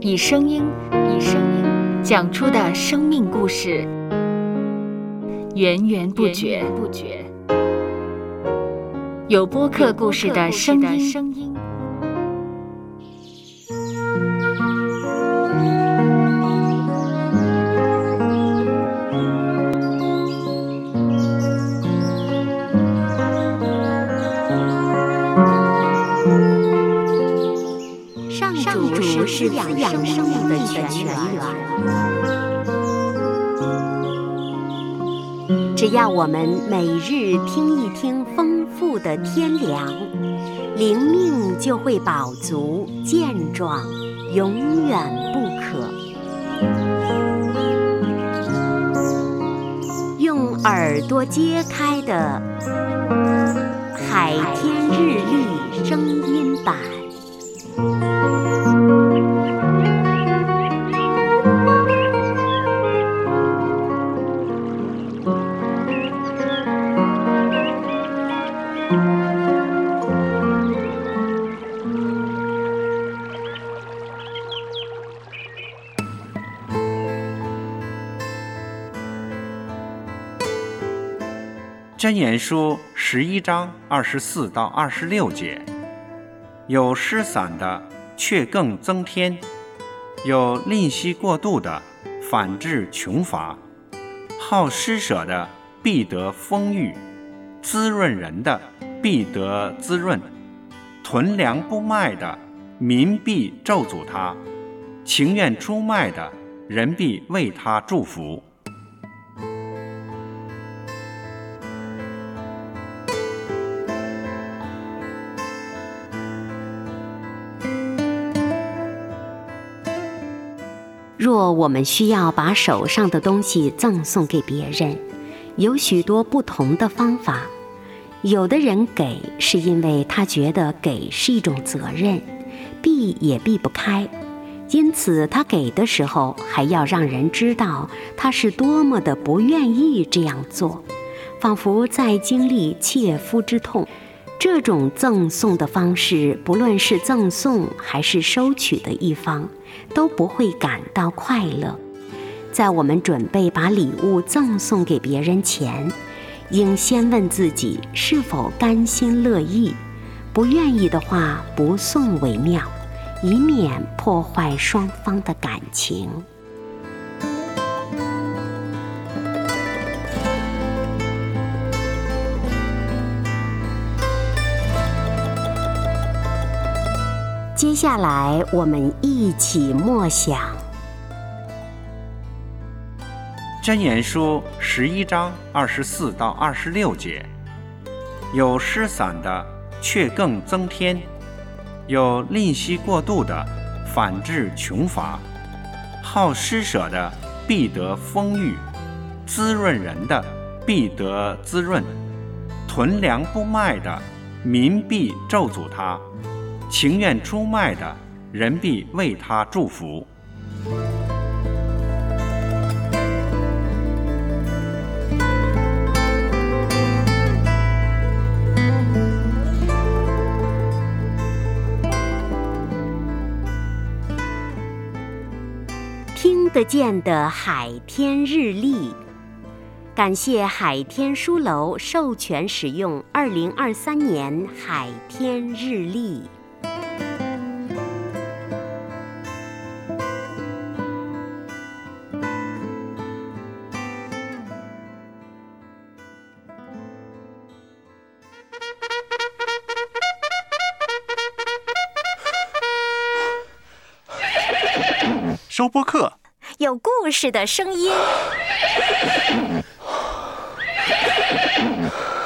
以声音讲出的生命故事，源源不绝。有播客故事的声音。 上主是滋养生命的泉源，只要我们每日听一听丰富的天粮，灵命就会饱足健壮，永远不渴。用耳朵揭开的海天日历声音版。 箴言书11章24到26节，有施散的却更增添，有吝惜过度的反致穷乏，好施舍的必得丰裕，滋润人的必得滋润，囤粮不卖的民必咒诅他，情愿出卖的人必为他祝福。 若我们需要把手上的东西赠送给别人，有许多不同的方法。有的人给是因为他觉得给是一种责任，避也避不开，因此他给的时候还要让人知道他是多么的不愿意这样做，仿佛在经历切肤之痛。这种赠送的方式，不论是赠送还是收取的一方，都不会感到快乐。在我们准备把礼物赠送给别人前，应先问自己是否甘心乐意，不愿意的话不送为妙，以免破坏双方的感情。接下来我们一起默想箴言书11章24到26节，有施散的却更增添，有吝惜过度的反致穷乏，好施舍的必得丰裕，滋润人的必得滋润，囤粮不卖的民必咒诅他，情愿出卖的人必为他祝福。 听得见的海天日历，感谢海天书楼授权使用2023年海天日历。 收播客， 有故事的声音。